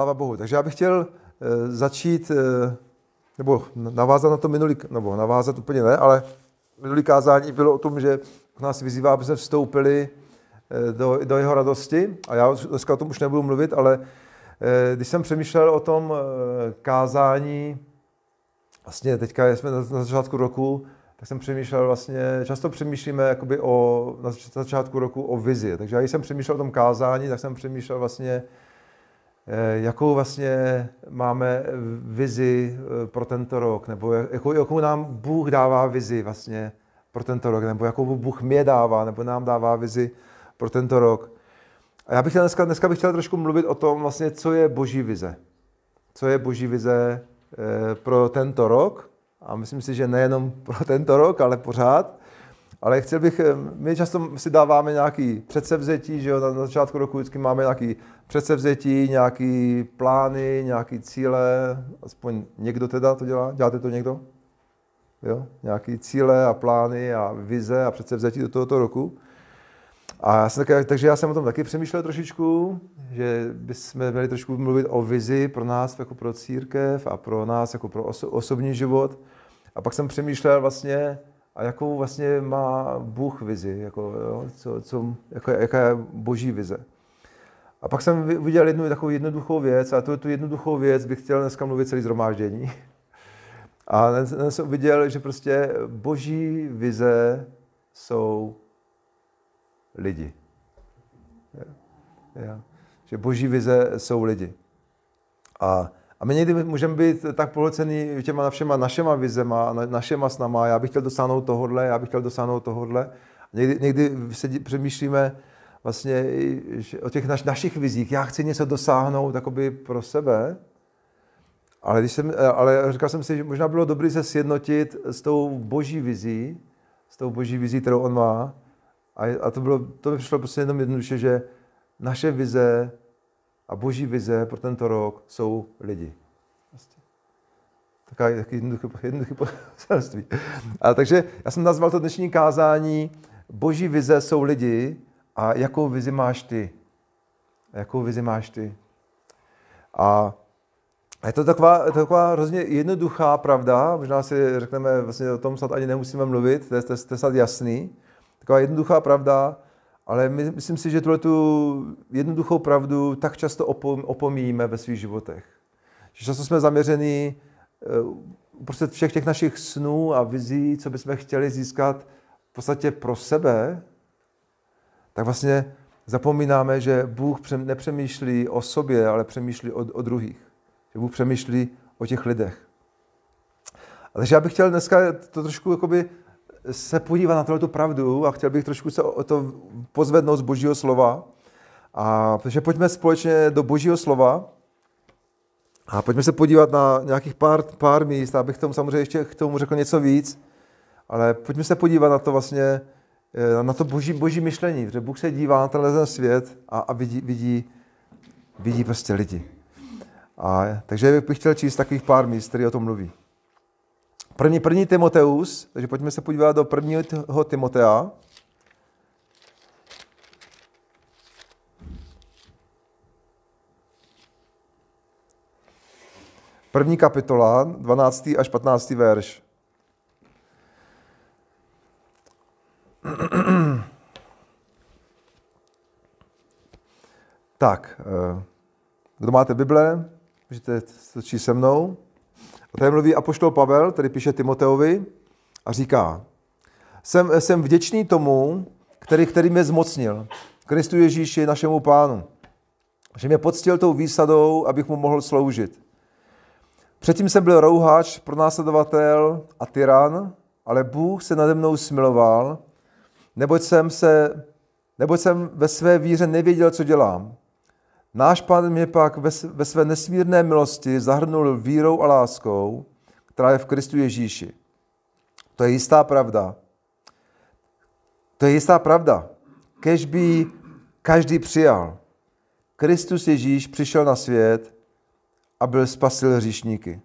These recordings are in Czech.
Sláva Bohu. Takže já bych chtěl začít, nebo navázat na to navázat úplně ne, ale minulý kázání bylo o tom, že nás vyzývá, aby jsme vstoupili do jeho radosti. A já dneska o tom už nebudu mluvit, ale když jsem přemýšlel o tom kázání, vlastně teďka jsme na začátku roku, tak jsem přemýšlel vlastně, často přemýšlíme jakoby na začátku roku o vizi. Takže já když jsem přemýšlel o tom kázání, tak jsem přemýšlel vlastně, jakou vlastně máme vizi pro tento rok, nebo jakou nám Bůh dává vizi vlastně pro tento rok, nebo jakou Bůh mě dává, nebo nám dává vizi pro tento rok. A já bych chtěl dneska bych chtěl trošku mluvit o tom vlastně, co je Boží vize. Co je Boží vize pro tento rok. A myslím si, že nejenom pro tento rok, ale pořád. Ale chtěl bych, my často si dáváme nějaké předsevzetí, že jo, na začátku roku vždycky máme nějaké předsevzetí, nějaké plány, nějaké cíle, aspoň někdo teda to dělá, děláte to někdo? Jo, nějaké cíle a plány a vize a předsevzetí do tohoto roku. Takže já jsem o tom taky přemýšlel trošičku, že bychom měli trošku mluvit o vizi pro nás jako pro církev a pro nás jako pro osobní život. A pak jsem přemýšlel vlastně, a jakou vlastně má Bůh vizi, jaká je Boží vize. A pak jsem viděl jednu takovou jednoduchou věc, a tu jednoduchou věc bych chtěl dneska mluvit celý shromáždění. A jsem viděl, že prostě Boží vize jsou lidi. Že Boží vize jsou lidi. A my někdy můžeme být tak pohlcený těma všema našema vizema, našema snama, já bych chtěl dosáhnout tohodle. Někdy říkáme vlastně o těch našich vizích, já chci něco dosáhnout takoby pro sebe, ale říkal jsem si, že možná bylo dobré se sjednotit s tou Boží vizí, kterou on má. A to mi přišlo prostě jenom jednoduše, že naše vize a Boží vize pro tento rok jsou lidi. Taky jednoduché poselství. Takže já jsem nazval to dnešní kázání Boží vize jsou lidi a jakou vizi máš ty? A je to taková hrozně jednoduchá pravda, možná si řekneme, vlastně o tom snad ani nemusíme mluvit, to je snad jasný. Taková jednoduchá pravda, ale myslím si, že tu jednoduchou pravdu tak často opomíjíme ve svých životech. Že často jsme zaměření prostě všech těch našich snů a vizí, co bychom chtěli získat v podstatě pro sebe, tak vlastně zapomínáme, že Bůh nepřemýšlí o sobě, ale přemýšlí o druhých. Že Bůh přemýšlí o těch lidech. A takže já bych chtěl dneska to trošku jakoby se podívat na tohletu pravdu a chtěl bych trošku se o to pozvednout z Božího slova. Takže pojďme společně do Božího slova a pojďme se podívat na nějakých pár míst, abych tomu samozřejmě ještě k tomu řekl něco víc, ale pojďme se podívat na to vlastně, na to boží myšlení, protože Bůh se dívá na tenhle svět a vidí prostě lidi. Takže bych chtěl číst takových pár míst, který o tom mluví. První Timoteus, takže pojďme se podívat do 1. Timotea. První kapitola, 12. až 15. verš. Tak, kdo máte Bible, můžete to číst se mnou. A tady mluví apoštol Pavel, který píše Timoteovi a říká: Jsem vděčný tomu, který mě zmocnil, Kristu Ježíši, našemu Pánu, že mě poctil tou výsadou, abych mu mohl sloužit. Předtím jsem byl rouhač, pronásledovatel a tyran, ale Bůh se nade mnou smiloval, neboť jsem ve své víře nevěděl, co dělám. Náš Pán mě pak ve své nesmírné milosti zahrnul vírou a láskou, která je v Kristu Ježíši. To je jistá pravda. Kéž by každý přijal. Kristus Ježíš přišel na svět a byl spasil hříšníky.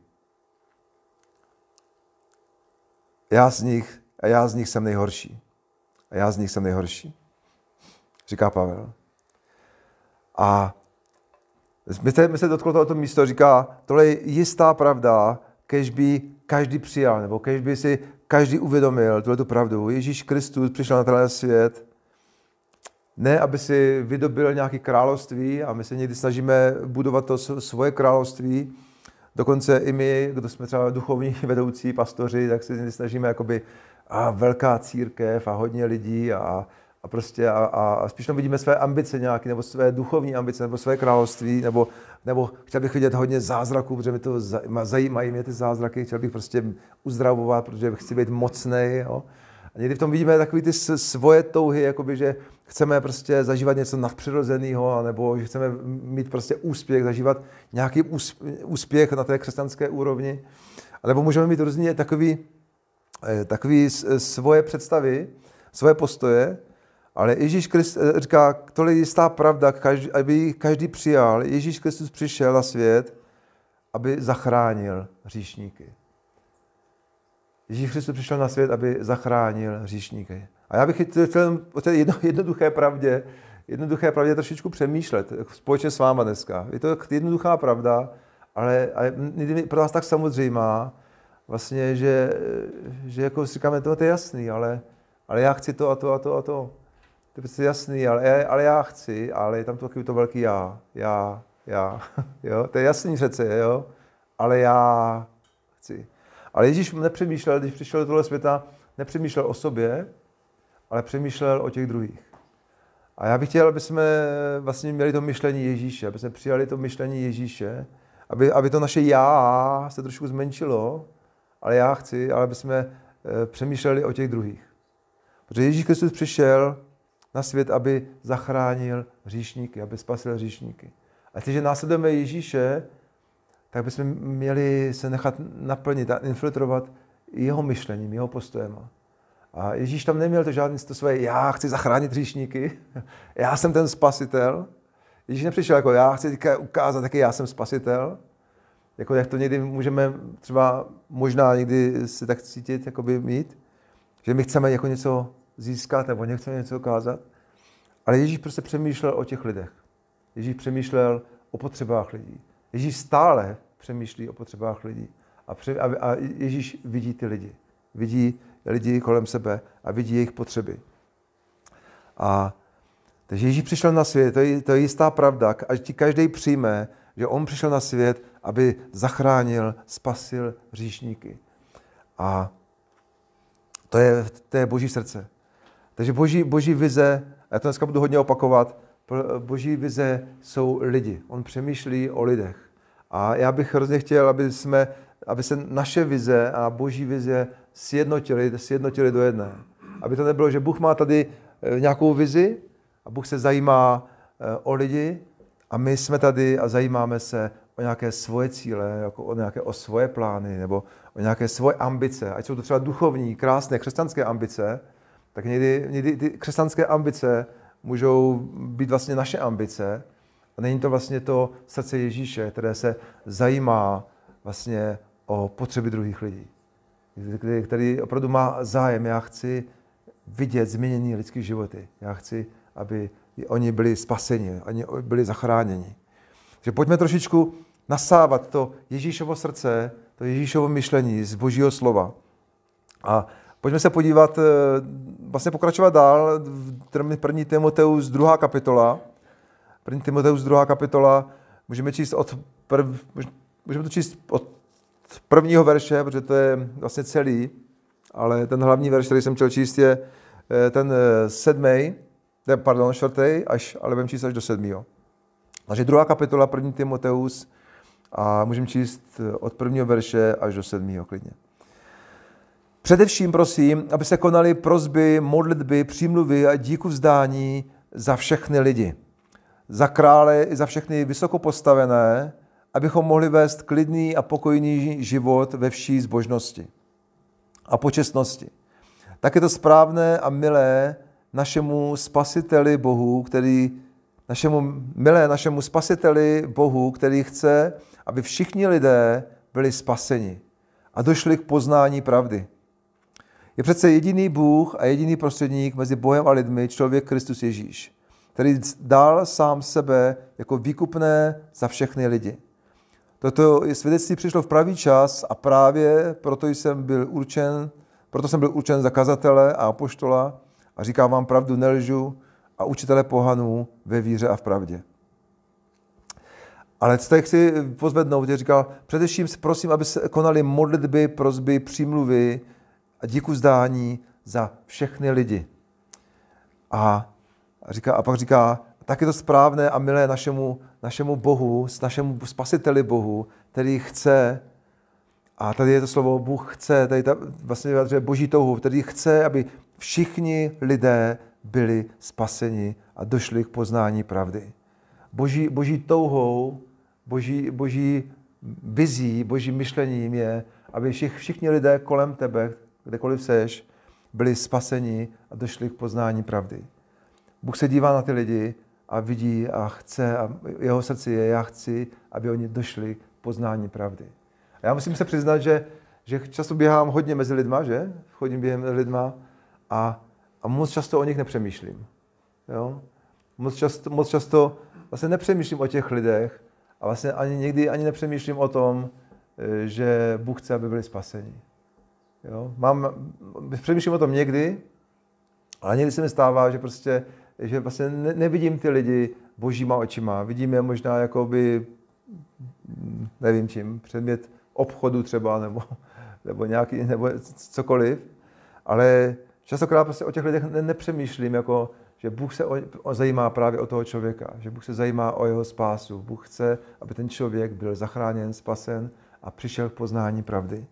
Já z nich jsem nejhorší. Říká Pavel. A My se dotklo tohoto místo, říká, tohle je jistá pravda, kež by každý přijal, nebo kež by si každý uvědomil tuhletu pravdu. Ježíš Kristus přišel na tenhle svět, ne, aby si vydobil nějaké království, a my se někdy snažíme budovat to svoje království, dokonce i my, kdo jsme třeba duchovní vedoucí, pastoři, tak se někdy snažíme jakoby velká církev a hodně lidí a spíš tam vidíme své ambice nějaké, nebo své duchovní ambice, nebo své království, nebo chtěl bych vidět hodně zázraků, protože mi to zajímají mě ty zázraky, chtěl bych prostě uzdravovat, protože chci být mocnej. Jo. A někdy v tom vidíme takové ty svoje touhy, jakoby, že chceme prostě zažívat něco nadpřirozeného, nebo že chceme mít prostě úspěch, zažívat nějaký úspěch na té křesťanské úrovni. A nebo můžeme mít různě takový svoje představy, svoje postoje, ale Ježíš Kristus říká, tohle je jistá pravda, aby každý přijal. Ježíš Kristus přišel na svět, aby zachránil hříšníky. Ježíš Kristus přišel na svět, aby zachránil hříšníky. A já bych chtěl o té jednoduché pravdě trošičku přemýšlet společně s váma dneska. Je to jednoduchá pravda, ale pro nás tak samozřejmá, vlastně, že jako si říkáme, to je jasný, ale já chci to a to a to a to. To je prostě jasný, ale já chci, ale je tam to takový to velký já. Jo? To je jasný přece, jo? Ale já chci. Ale Ježíš nepřemýšlel, když přišel do tohle světa, nepřemýšlel o sobě, ale přemýšlel o těch druhých. A já bych chtěl, aby jsme vlastně měli to myšlení Ježíše, aby jsme přijali to myšlení Ježíše, aby to naše já se trošku zmenšilo, ale já chci, ale aby jsme přemýšleli o těch druhých. Protože Ježíš Kristus přišel na svět, aby zachránil hříšníky, aby spasil hříšníky. A jestliže následujeme Ježíše, tak bychom měli se nechat naplnit a infiltrovat jeho myšlením, jeho postojem. A Ježíš tam neměl to žádné to své, já chci zachránit hříšníky, já jsem ten spasitel. Ježíš nepřišel jako já chci ukázat, taky já jsem spasitel. Jako jak to někdy můžeme třeba možná někdy si tak cítit, jakoby mít, že my chceme jako něco získat nebo nechceme něco ukázat. Ale Ježíš prostě přemýšlel o těch lidech. Ježíš přemýšlel o potřebách lidí. Ježíš stále přemýšlí o potřebách lidí. A Ježíš vidí ty lidi. Vidí lidi kolem sebe a vidí jejich potřeby. Takže Ježíš přišel na svět, to je jistá pravda, a ti každý přijme, že on přišel na svět, aby zachránil, spasil hříšníky. A to je Boží srdce. Takže Boží vize, a já to dneska budu hodně opakovat, Boží vize jsou lidi. On přemýšlí o lidech. A já bych hrozně chtěl, aby se naše vize a Boží vize sjednotili do jedné. Aby to nebylo, že Bůh má tady nějakou vizi a Bůh se zajímá o lidi a my jsme tady a zajímáme se o nějaké svoje cíle, jako o svoje plány nebo o nějaké svoje ambice. Ať jsou to třeba duchovní, krásné křesťanské ambice, tak někdy ty křesťanské ambice můžou být vlastně naše ambice a není to vlastně to srdce Ježíše, které se zajímá vlastně o potřeby druhých lidí. Který opravdu má zájem. Já chci vidět změněný lidský životy. Já chci, aby oni byli spaseni, oni byli zachráněni. Takže pojďme trošičku nasávat to Ježíšovo srdce, to Ježíšovo myšlení z Božího slova. A pojďme se podívat, vlastně pokračovat dál, 1. Timoteus 2. kapitola. 1. Timoteus 2. kapitola, můžeme to číst od prvního verše, protože to je vlastně celý, ale ten hlavní verš, který jsem chtěl číst, je ten 4. ale budeme číst až do 7. Takže 2. kapitola, 1. Timoteus a můžeme číst od prvního verše až do 7. klidně. Především prosím, aby se konaly prosby, modlitby, přímluvy a díku vzdání za všechny lidi. Za krále i za všechny vysokopostavené, abychom mohli vést klidný a pokojný život ve vší zbožnosti a počestnosti. Tak je to správné a milé našemu spasiteli Bohu, našemu spasiteli Bohu, který chce, aby všichni lidé byli spaseni a došli k poznání pravdy. Je přece jediný Bůh a jediný prostředník mezi Bohem a lidmi, člověk Kristus Ježíš. který dal sám sebe jako výkupné za všechny lidi. Toto svědectví přišlo v pravý čas a právě proto jsem byl určen za kazatele a apoštola a říkám vám pravdu, nelžu, a učitele pohanů ve víře a v pravdě. Ale co tady chci pozvednout, je říkal, především prosím, aby se konaly modlitby, prosby, přímluvy a díku zdání za všechny lidi. A pak říká, tak je to správné a milé našemu Bohu, našemu spasiteli Bohu, který chce, a tady je to slovo Bůh chce, tady vlastně vyjadřuje boží touhu, který chce, aby všichni lidé byli spaseni a došli k poznání pravdy. Boží touhou, boží vizí, božím myšlením je, aby všichni lidé kolem tebe, kdekoliv seš, byli spaseni a došli k poznání pravdy. Bůh se dívá na ty lidi a vidí a chce, a jeho srdci je, já chci, aby oni došli k poznání pravdy. A já musím se přiznat, že často běhám hodně mezi lidma, že? Chodím během lidma a moc často o nich nepřemýšlím. Jo? Moc často vlastně nepřemýšlím o těch lidech a vlastně někdy ani nepřemýšlím o tom, že Bůh chce, aby byli spaseni. Jo? Přemýšlím o tom někdy, ale někdy se mi stává, že vlastně nevidím ty lidi božíma očima. Vidím je možná jakoby, nevím čím, předmět obchodu třeba, nebo nějaký, nebo cokoliv, ale častokrát prostě o těch lidech nepřemýšlím, jako, že Bůh se zajímá právě o toho člověka, že Bůh se zajímá o jeho spásu. Bůh chce, aby ten člověk byl zachráněn, spasen a přišel k poznání pravdy.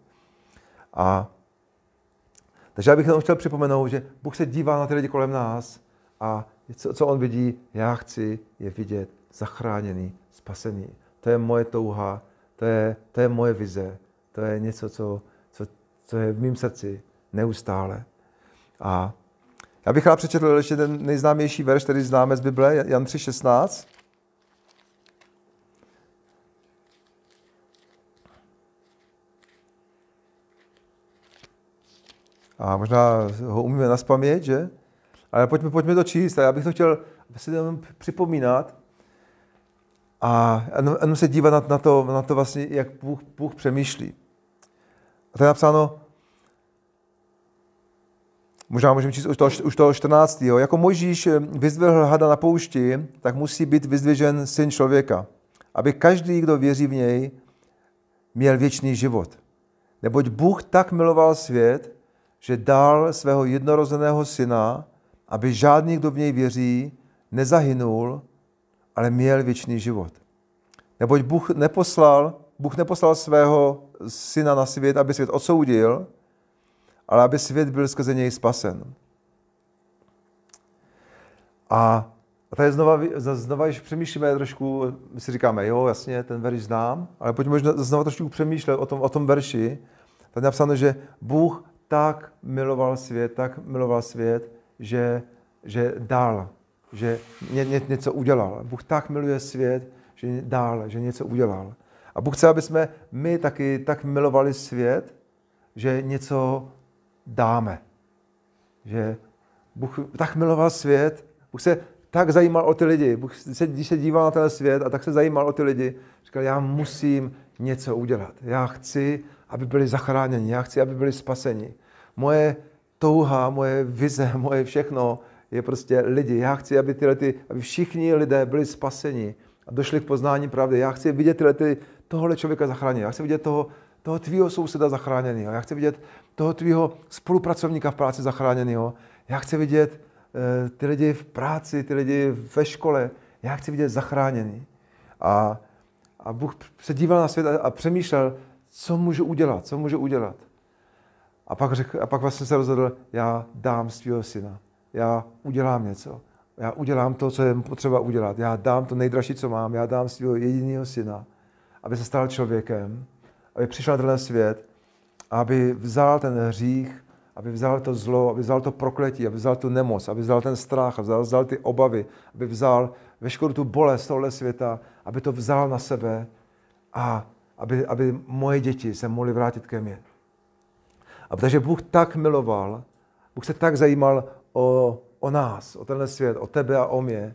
Takže já bych jenom chtěl připomenout, že Bůh se dívá na ty lidi kolem nás a co on vidí, já chci je vidět zachráněný, spasený. To je moje touha, to je moje vize, to je něco, co je v mém srdci neustále. A já bych rád přečetl ještě ten nejznámější verš, který známe z Bible, Jan 3,16. A možná ho umíme nazpamět, že? Ale pojďme to číst. A já bych to chtěl si jenom připomínat a jenom se dívat na to vlastně, jak Bůh přemýšlí. A to je napsáno, možná můžeme číst už toho 14. Jako Mojžíš vyzdvihl hada na poušti, tak musí být vyzdvižen Syn člověka, aby každý, kdo věří v něj, měl věčný život. Neboť Bůh tak miloval svět, že dal svého jednorozeného syna, aby žádný, kdo v něj věří, nezahynul, ale měl věčný život. Neboť Bůh neposlal svého syna na svět, aby svět odsoudil, ale aby svět byl skrze něj spasen. A tady znova, když přemýšlíme trošku, my si říkáme, jo, jasně, ten verš znám, ale pojďme znova trošku přemýšlet o tom verši. Tady je napsáno, že Bůh tak miloval svět, že dal, že něco udělal. Bůh tak miluje svět, že dal, že něco udělal. A Bůh chce, aby jsme my taky tak milovali svět, že něco dáme. Že Bůh tak miloval svět, Bůh se tak zajímal o ty lidi. Bůh když se díval na ten svět a tak se zajímal o ty lidi, říkal, já musím něco udělat. Já chci, aby byli zachráněni. Já chci, aby byli spaseni. Moje touha, moje vize, moje všechno je prostě lidi. Já chci, aby všichni lidé byli spaseni a došli k poznání pravdy. Já chci vidět tohle člověka zachráněného. Já chci vidět toho tvýho souseda zachráněného. Já chci vidět toho tvýho spolupracovníka v práci zachráněného. Já chci vidět ty lidi v práci, ty lidi ve škole. Já chci vidět zachráněný. A Bůh se díval na svět a přemýšlel, co můžu udělat. A pak vlastně se rozhodl, já dám svého syna. Já udělám něco. Já udělám to, co je potřeba udělat. Já dám to nejdražší, co mám. Já dám svého jediného syna, aby se stal člověkem, aby přišel na tenhle svět, aby vzal ten hřích, aby vzal to zlo, aby vzal to prokletí, aby vzal tu nemoc, aby vzal ten strach, aby vzal ty obavy, aby vzal veškerou tu bolest tohle světa, aby to vzal na sebe a aby moje děti se mohly vrátit ke mně. A protože Bůh tak miloval, Bůh se tak zajímal o nás, o tenhle svět, o tebe a o mě,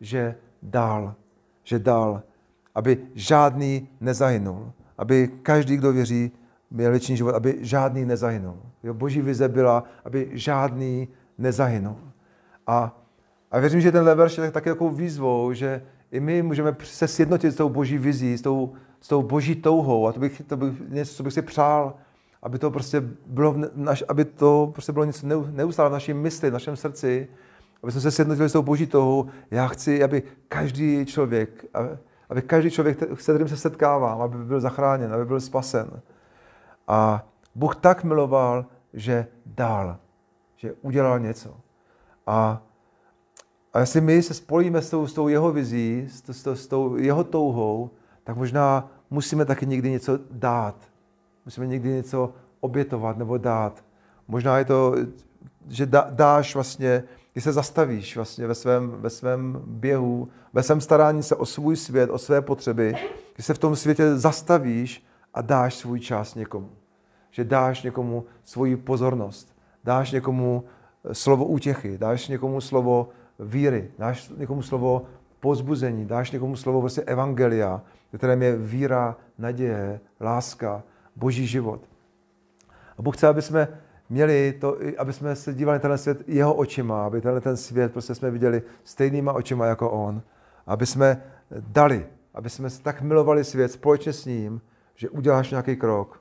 že dal, aby žádný nezahynul, aby každý, kdo věří, měl věčný život, aby žádný nezahynul. Jo, boží vize byla, aby žádný nezahynul. A věřím, že tenhle verš je taky takovou výzvou, že i my můžeme se sjednotit s tou boží vizí, s tou boží touhou. A to bych něco, co bych si přál, aby to prostě bylo, aby to prostě bylo něco neustále v naší mysli, v našem srdci, aby jsme se sjednotili s tou boží touhou. Já chci, aby každý člověk, se kterým se setkávám, aby byl zachráněn, aby byl spasen. A Bůh tak miloval, že dal, že udělal něco. A jestli my se spojíme s tou jeho vizí, s tou jeho touhou, tak možná musíme taky někdy něco dát. Musíme někdy něco obětovat nebo dát. Možná je to, že dáš vlastně, když se zastavíš vlastně ve svém běhu, ve svém starání se o svůj svět, o své potřeby, když se v tom světě zastavíš a dáš svůj čas někomu. Že dáš někomu svoji pozornost, dáš někomu slovo útěchy, dáš někomu slovo víry, dáš někomu slovo povzbuzení, dáš někomu slovo vlastně evangelia, ve kterém je víra, naděje, láska, boží život. A Bůh chce, aby jsme měli to, aby jsme se dívali na ten svět jeho očima, aby ten svět prostě jsme viděli stejnýma očima jako on, aby jsme dali, aby jsme tak milovali svět společně s ním, že uděláš nějaký krok.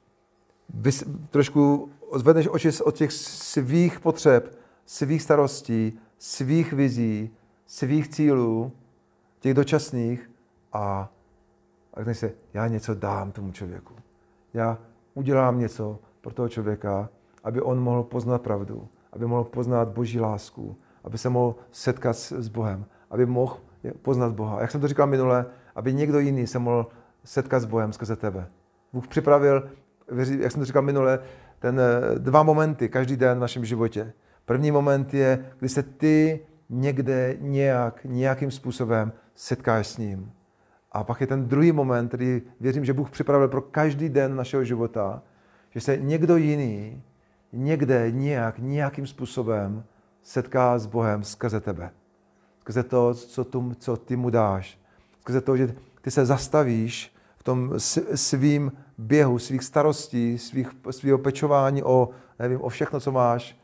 Trošku zvedneš oči od těch svých potřeb, svých starostí, svých vizí, svých cílů, těch dočasných a řekneš si, já něco dám tomu člověku. Já udělám něco pro toho člověka, aby on mohl poznat pravdu, aby mohl poznat boží lásku, aby se mohl setkat s Bohem, aby mohl poznat Boha. Jak jsem to říkal minule, aby někdo jiný se mohl setkat s Bohem skrze tebe. Bůh připravil, jak jsem to říkal minule, ten 2 momenty každý den v našem životě. První moment je, kdy se ty někde nějakým způsobem setkáš s ním. A pak je ten druhý moment, který věřím, že Bůh připravil pro každý den našeho života, že se někdo jiný někde nějakým způsobem setká s Bohem skrze tebe. Skrze to, co ty mu dáš. Skrze to, že ty se zastavíš v tom svým běhu, svých starostí, svého pečování o všechno, co máš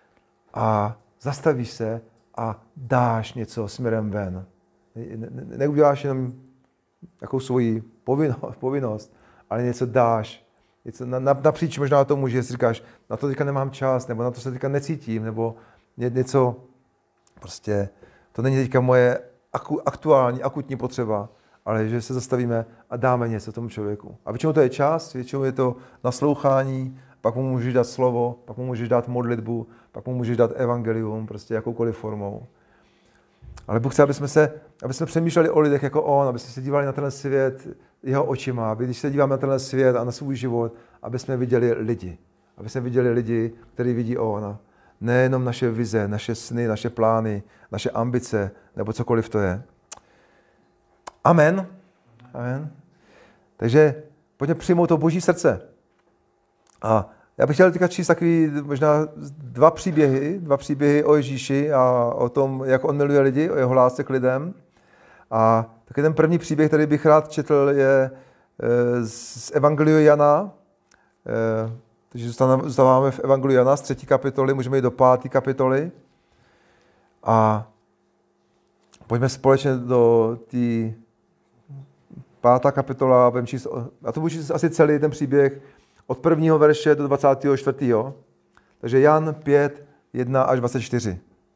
a zastavíš se a dáš něco směrem ven. Neuděláš jenom jakou svoji povinnost, ale něco dáš. Něco napříč možná tomu, že si říkáš, na to teďka nemám čas, nebo na to se teďka necítím, nebo něco, prostě to není teďka moje akutní potřeba, ale že se zastavíme a dáme něco tomu člověku. A většinou to je čas, většinou je to naslouchání, pak mu můžeš dát slovo, pak mu můžeš dát modlitbu, pak mu můžeš dát evangelium, prostě jakoukoliv formou. Ale Bůh chce, aby jsme přemýšleli o lidech jako on, aby jsme se dívali na ten svět jeho očima, aby když se díváme na ten svět a na svůj život, aby jsme viděli lidi. Aby jsme viděli lidi, který vidí on. Nejenom naše vize, naše sny, naše plány, naše ambice, nebo cokoliv to je. Amen. Amen. Takže pojďme přijmout to boží srdce. A já bych chtěl teďka číst takový možná 2 příběhy o Ježíši a o tom, jak on miluje lidi, o jeho lásce k lidem. A taky ten první příběh, který bych rád četl, je z Evangelia Jana. Takže zůstáváme v Evangeliu Jana z 3. kapitoly, můžeme jít do 5. kapitoly. A pojďme společně do té 5. kapitola, budeme číst, a to budu číst asi celý ten příběh, od 1. verše do 24. Takže Jan 5, 1 až 24.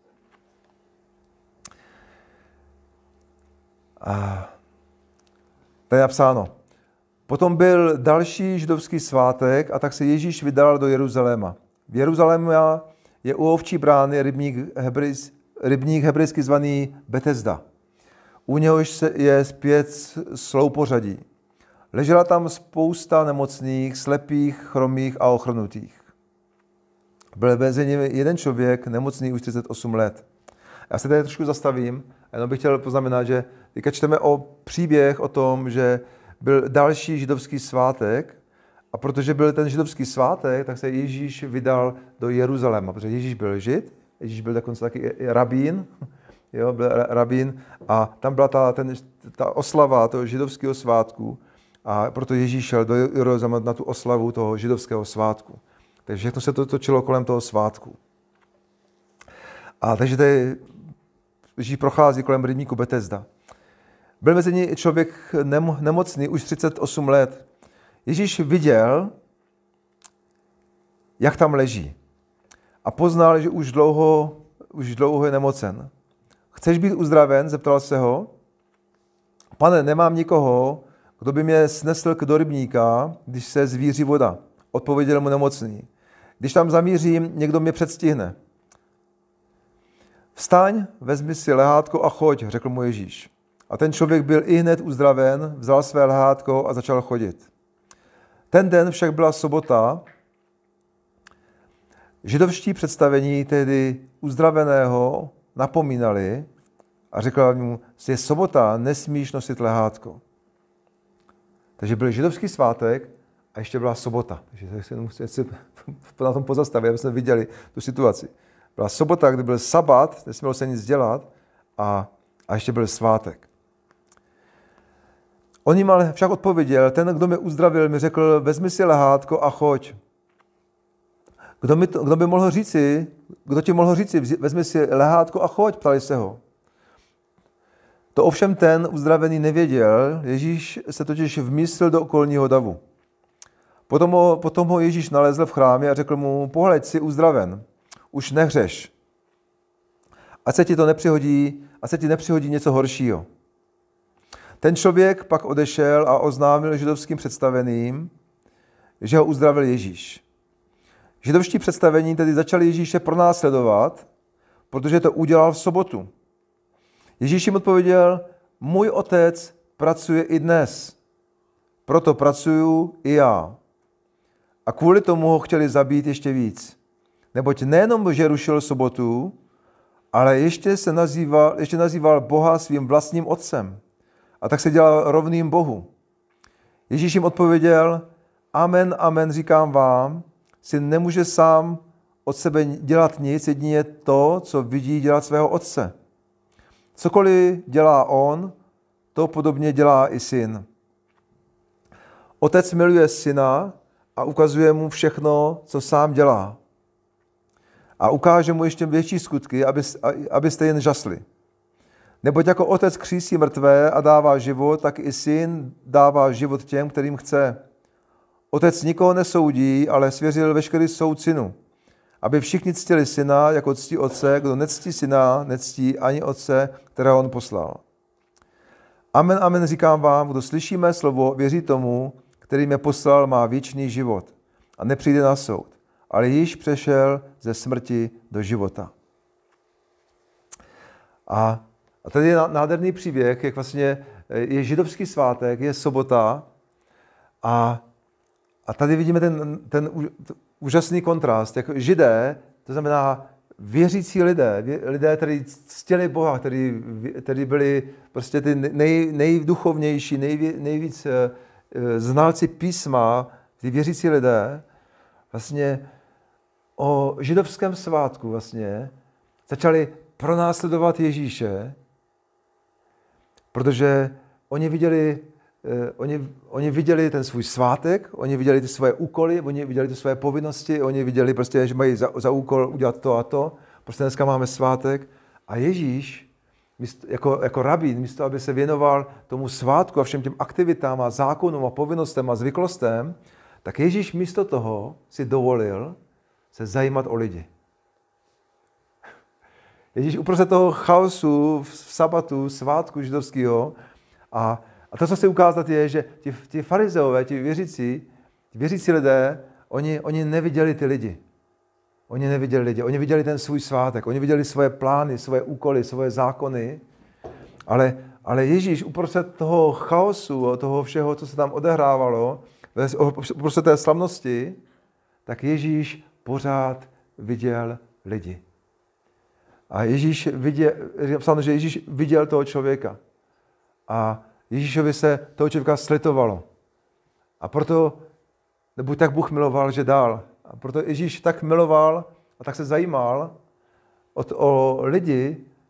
A tady je napsáno. Potom byl další židovský svátek a tak se Ježíš vydal do Jeruzaléma. V Jeruzalému je u ovčí brány rybník hebrejsky zvaný Betesda. U něhož je 5 sloupořadí. Ležela tam spousta nemocných, slepých, chromých a ochrnutých. Byl mezi nimi jeden člověk, nemocný už 38 let. Já se tady trošku zastavím, jenom bych chtěl poznamenat, že teďka čteme o příběh o tom, že byl další židovský svátek a protože byl ten židovský svátek, tak se Ježíš vydal do Jeruzaléma, protože Ježíš byl žid, Ježíš byl dokonce taky rabín, jo, byl rabín a tam byla ta oslava toho židovského svátku a proto Ježíš šel do Jeruzaléma na tu oslavu toho židovského svátku. Takže všechno se to točilo kolem toho svátku. A takže tady Ježíš prochází kolem rybníku Betesda. Byl mezi ní člověk nemocný už 38 let. Ježíš viděl, jak tam leží. A poznal, že už dlouho je nemocen. Chceš být uzdraven? Zeptal se ho. Pane, nemám nikoho, kdo by mě snesl do rybníka, když se zvíří voda. Odpověděl mu nemocný. Když tam zamířím, někdo mě předstihne. Vstaň, vezmi si lehátko a choď, řekl mu Ježíš. A ten člověk byl ihned uzdraven, vzal své lehátko a začal chodit. Ten den však byla sobota. Židovští představení tehdy uzdraveného napomínali a řekla mu, je sobota, nesmíš nosit lehátko. Takže byl židovský svátek a ještě byla sobota. Takže se na tom pozastavit, aby jsme viděli tu situaci. Byla sobota, kdy byl sabat, nesmělo se nic dělat a ještě byl svátek. On jim ale však odpověděl, ten, kdo mě uzdravil, mi řekl, vezmi si lehátko a choď. Kdo ti mohl říci, vezmi si lehátko a choď, ptali se ho. To ovšem ten uzdravený nevěděl, Ježíš se totiž vmístil do okolního davu. Potom ho Ježíš nalezl v chrámě a řekl mu, pohleď, jsi uzdraven, už nehřeš. Ať se ti nepřihodí něco horšího. Ten člověk pak odešel a oznámil židovským představeným, že ho uzdravil Ježíš. Židovští představení tedy začali Ježíše pronásledovat, protože to udělal v sobotu. Ježíš jim odpověděl, můj otec pracuje i dnes, proto pracuju i já. A kvůli tomu ho chtěli zabít ještě víc. Neboť nejenom, že rušil sobotu, ale ještě nazýval Boha svým vlastním otcem. A tak se dělal rovným Bohu. Ježíš jim odpověděl, amen, amen, říkám vám, syn nemůže sám od sebe dělat nic, jedině to, co vidí dělat svého otce. Cokoliv dělá on, to podobně dělá i syn. Otec miluje syna a ukazuje mu všechno, co sám dělá. A ukáže mu ještě větší skutky, abyste jen žasli. Neboť jako otec křísí mrtvé a dává život, tak i syn dává život těm, kterým chce. Otec nikoho nesoudí, ale svěřil veškerý soud synu, aby všichni ctili syna, jako ctí otce, kdo nectí syna, nectí ani otce, kterého on poslal. Amen, amen, říkám vám, kdo slyší mé slovo, věří tomu, který mě poslal, má věčný život a nepřijde na soud, ale již přešel ze smrti do života. A tady je nádherný příběh, jak vlastně je židovský svátek, je sobota a tady vidíme ten úžasný kontrast. Jak Židé, to znamená věřící lidé, kteří ctili Boha, kteří byli prostě ty nejduchovnější, nejvíc znalci písma, ty věřící lidé, vlastně o židovském svátku vlastně začali pronásledovat Ježíše, protože oni viděli ten svůj svátek, oni viděli ty svoje úkoly, oni viděli ty svoje povinnosti, oni viděli prostě, že mají za úkol udělat to a to. Prostě dneska máme svátek. A Ježíš, jako rabín, místo aby se věnoval tomu svátku a všem těm aktivitám a zákonům a povinnostem a zvyklostem, tak Ježíš místo toho si dovolil se zajímat o lidi. Ježíš uprostřed toho chaosu v sabatu, svátku židovského a to, co chci ukázat, je, že ti farizeové, ti věřící lidé, oni neviděli ty lidi. Oni viděli ten svůj svátek, oni viděli svoje plány, svoje úkoly, svoje zákony, ale Ježíš uprostřed toho chaosu, toho všeho, co se tam odehrávalo, uprostřed té slavnosti, tak Ježíš pořád viděl lidi. A Ježíš viděl toho člověka. A Ježíšovi se toho člověka slitovalo. A proto, nebo tak Bůh miloval, že dal. A proto Ježíš tak miloval a tak se zajímal o lidi,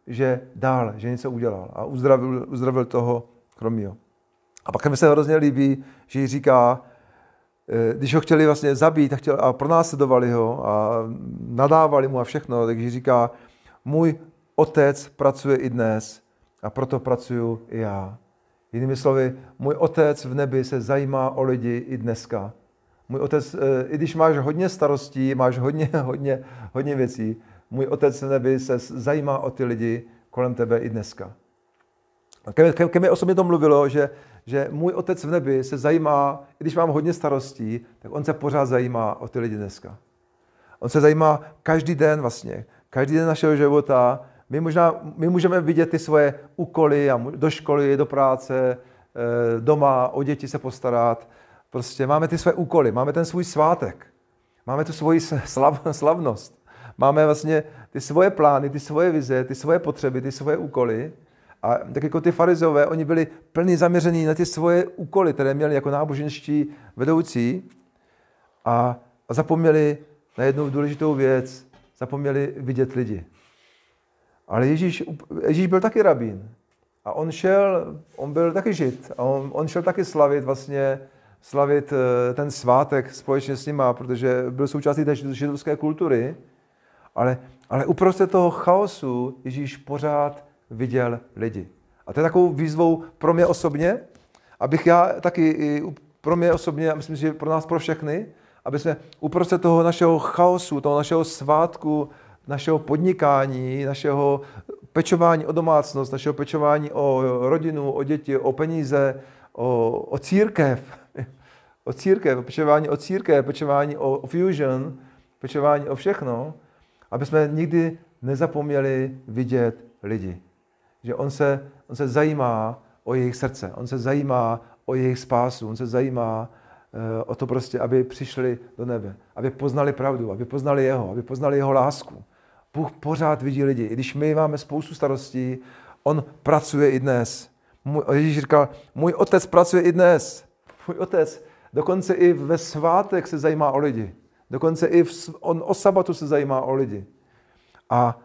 že dál, že něco udělal a uzdravil toho Chromího. A pak mi se hrozně líbí, že jí říká, když ho chtěli vlastně zabít a pronásledovali ho a nadávali mu a všechno, takže říká, můj otec pracuje i dnes a proto pracuju i já. Jinými slovy, můj otec v nebi se zajímá o lidi i dneska. Můj otec, i když máš hodně starostí, máš hodně věcí, můj otec v nebi se zajímá o ty lidi kolem tebe i dneska. A ke mně osobně to mluvilo, že můj otec v nebi se zajímá, i když mám hodně starostí, tak on se pořád zajímá o ty lidi dneska. On se zajímá každý den vlastně, každý den našeho života. My můžeme vidět ty svoje úkoly do školy, do práce, doma, o děti se postarat. Prostě máme ty své úkoly, máme ten svůj svátek, máme tu svoji slavnost, máme vlastně ty svoje plány, ty svoje vize, ty svoje potřeby, ty svoje úkoly. A tak jako ty farizové, oni byli plně zaměření na ty svoje úkoly, které měli jako náboženští vedoucí a zapomněli na jednu důležitou věc, zapomněli vidět lidi. Ale Ježíš byl taky rabín a on byl taky žid a on šel taky slavit ten svátek společně s nima, protože byl součástí té židovské kultury, ale uprostřed toho chaosu Ježíš pořád viděl lidi. A to je takovou výzvou pro mě osobně, abych já taky pro mě osobně, a myslím, že pro nás, pro všechny, aby jsme uprostřed toho našeho chaosu, toho našeho svátku, našeho podnikání, našeho pečování o domácnost, našeho pečování o rodinu, o děti, o peníze, o církev, pečování o církev, pečování o fusion, pečování o všechno, aby jsme nikdy nezapomněli vidět lidi. Že on se zajímá o jejich srdce, on se zajímá o jejich spásu, on se zajímá o to prostě, aby přišli do nebe, aby poznali pravdu, aby poznali jeho lásku. Bůh pořád vidí lidi. I když my máme spoustu starostí, on pracuje i dnes. Ježíš říkal, můj otec pracuje i dnes. Můj otec dokonce i ve svátek se zajímá o lidi. Dokonce i on o sabatu se zajímá o lidi. A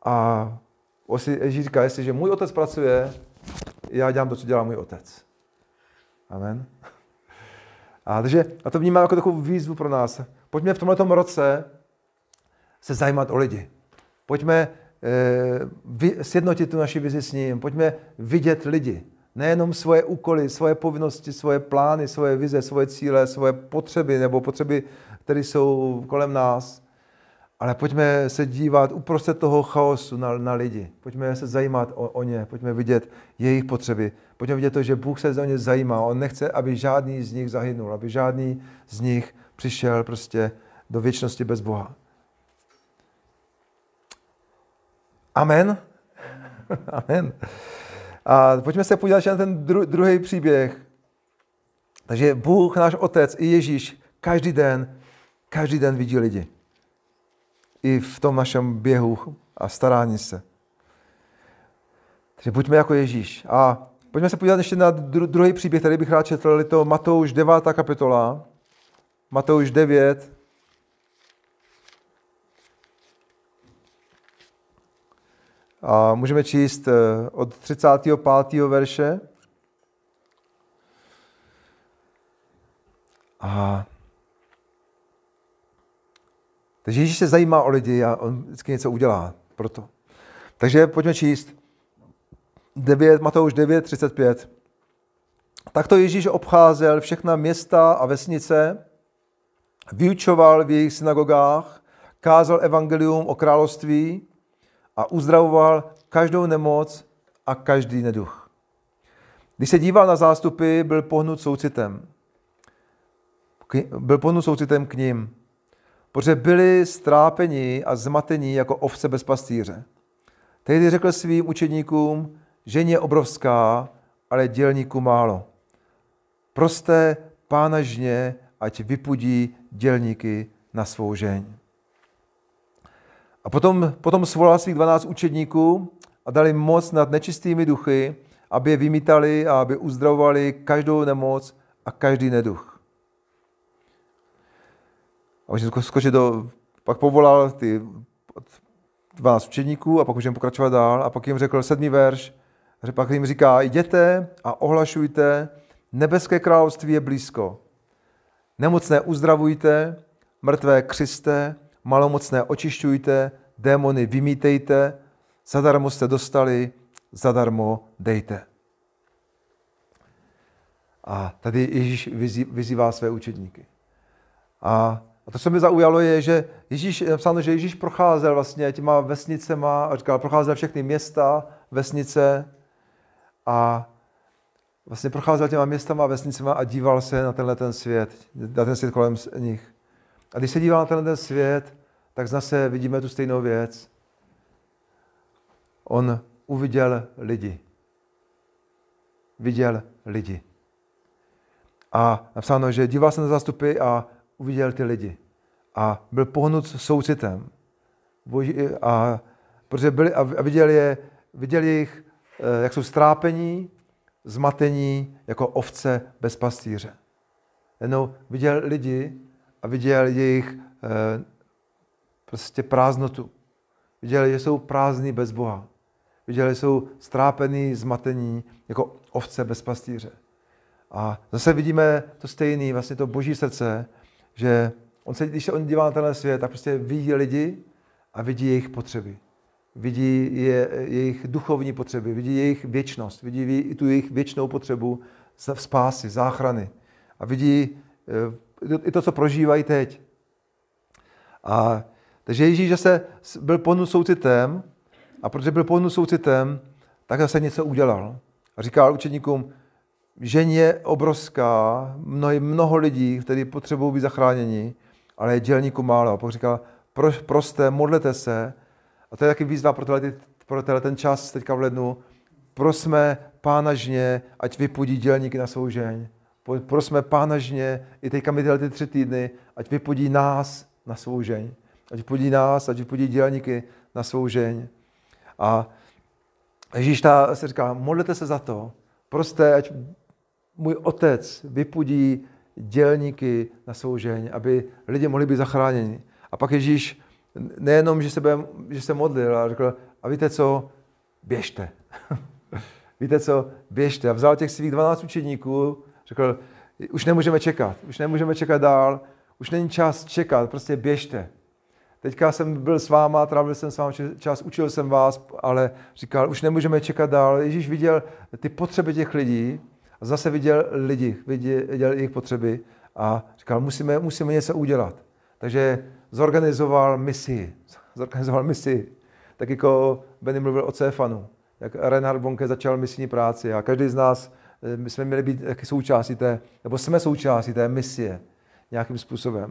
Ježíš říká, jestliže můj otec pracuje, já dělám to, co dělá můj otec. Amen. A to vnímám jako takovou výzvu pro nás. Pojďme v tomhletom roce se zajímat o lidi. Pojďme sjednotit tu naši vizi s ním. Pojďme vidět lidi. Nejenom svoje úkoly, svoje povinnosti, svoje plány, svoje vize, svoje cíle, svoje potřeby nebo potřeby, které jsou kolem nás. Ale pojďme se dívat uprostřed toho chaosu na lidi. Pojďme se zajímat o ně. Pojďme vidět jejich potřeby. Pojďme vidět to, že Bůh se o ně zajímá. On nechce, aby žádný z nich zahynul, aby žádný z nich přišel prostě do věčnosti bez Boha. Amen. Amen. A pojďme se podívat na ten druhý příběh. Takže Bůh, náš Otec i Ježíš, každý den vidí lidi. I v tom našem běhu a starání se. Takže buďme jako Ježíš. A pojďme se podívat ještě na druhý příběh, který bych rád četl. Je to Matouš 9. kapitola. Matouš 9. A můžeme číst od 35. verše. Takže Ježíš se zajímá o lidi a on vždycky něco udělá pro to. Takže pojďme číst. Matouš 9:35. Takto Ježíš obcházel všechna města a vesnice, vyučoval v jejich synagogách, kázal evangelium o království a uzdravoval každou nemoc a každý neduch. Když se díval na zástupy, byl pohnut soucitem k nim, protože byli strápení a zmatení jako ovce bez pastýře. Tehdy řekl svým učedníkům, žeň je obrovská, ale dělníků málo. Proste Pána žně, ať vypudí dělníky na svou žeň. A potom svolal svých 12 učedníků a dali moc nad nečistými duchy, aby je vymítali a aby uzdravovali každou nemoc a každý neduch. A můžeme skočit pak povolal ty 12 učedníků a pak můžeme pokračovat dál a pak jim řekl 7. verš, pak jim říká, jděte a ohlašujte, nebeské království je blízko. Nemocné uzdravujte, mrtvé křiste, malomocné očišťujte, démony vymítejte, zadarmo jste dostali, zadarmo dejte. A tady Ježíš vyzývá své učedníky. A to, co mě zaujalo, je, že Ježíš, je napsáno, že Ježíš procházel vlastně těma vesnicema a říkal, procházel všechny města, vesnice a vlastně procházel těma městama a vesnicema a díval se na ten svět kolem nich. A když se díval na ten svět, tak zase vidíme tu stejnou věc. On uviděl lidi. Viděl lidi. A napsáno, že díval se na zástupy a uviděl ty lidi. A byl pohnut soucitem. Protože byli, a viděl jich, jak jsou strápení, zmatení, jako ovce bez pastýře. Jednou viděl lidi a viděl jejich prostě prázdnotu. Viděl, že jsou prázdní bez Boha. Viděl, že jsou strápení, zmatení, jako ovce bez pastýře. A zase vidíme to stejné, vlastně to boží srdce, že když se on dívá na tenhle svět, tak prostě vidí lidi a vidí jejich potřeby. Vidí jejich duchovní potřeby, vidí jejich věčnost, vidí i tu jejich věčnou potřebu spásy, záchrany. A vidí i to, co prožívají teď. Takže Ježíš zase byl pohnut soucitem a protože byl pohnut soucitem, tak zase něco udělal. A říkal učedníkům, žeň je obrovská, mnoho lidí, kteří potřebují být zachráněni, ale je dělníků málo. A pak říkal, proste, modlete se. A to je taky výzva pro ten čas teďka v lednu. Prosme Pána žně, ať vypudí dělníky na svou žeň. Prosme Pána žně, i teďka my ty 3 týdny, ať vypudí nás na svou žeň. Ať vypudí nás, ať vypudí dělníky na svou žeň. A Ježíš se říká, modlete se za to, proste, ať můj otec vypudí dělníky na svou žeň, aby lidi mohli být zachráněni. A pak Ježíš nejenom, že se modlil, ale řekl, a víte co, běžte. Víte co, běžte. A vzal těch svých 12 učedníků, řekl, už nemůžeme čekat dál, už není čas čekat, prostě běžte. Teďka jsem byl s váma, trávil jsem s vámi čas, učil jsem vás, ale říkal, už nemůžeme čekat dál. Ježíš viděl ty potřeby těch lidí a zase viděl jejich potřeby a říkal, musíme něco udělat. Takže zorganizoval misi. Tak jako Benny mluvil o Céfanu, jak Reinhard Bonke začal misijní práci a každý z nás, my jsme měli být součástí nebo jsme součástí té misie nějakým způsobem.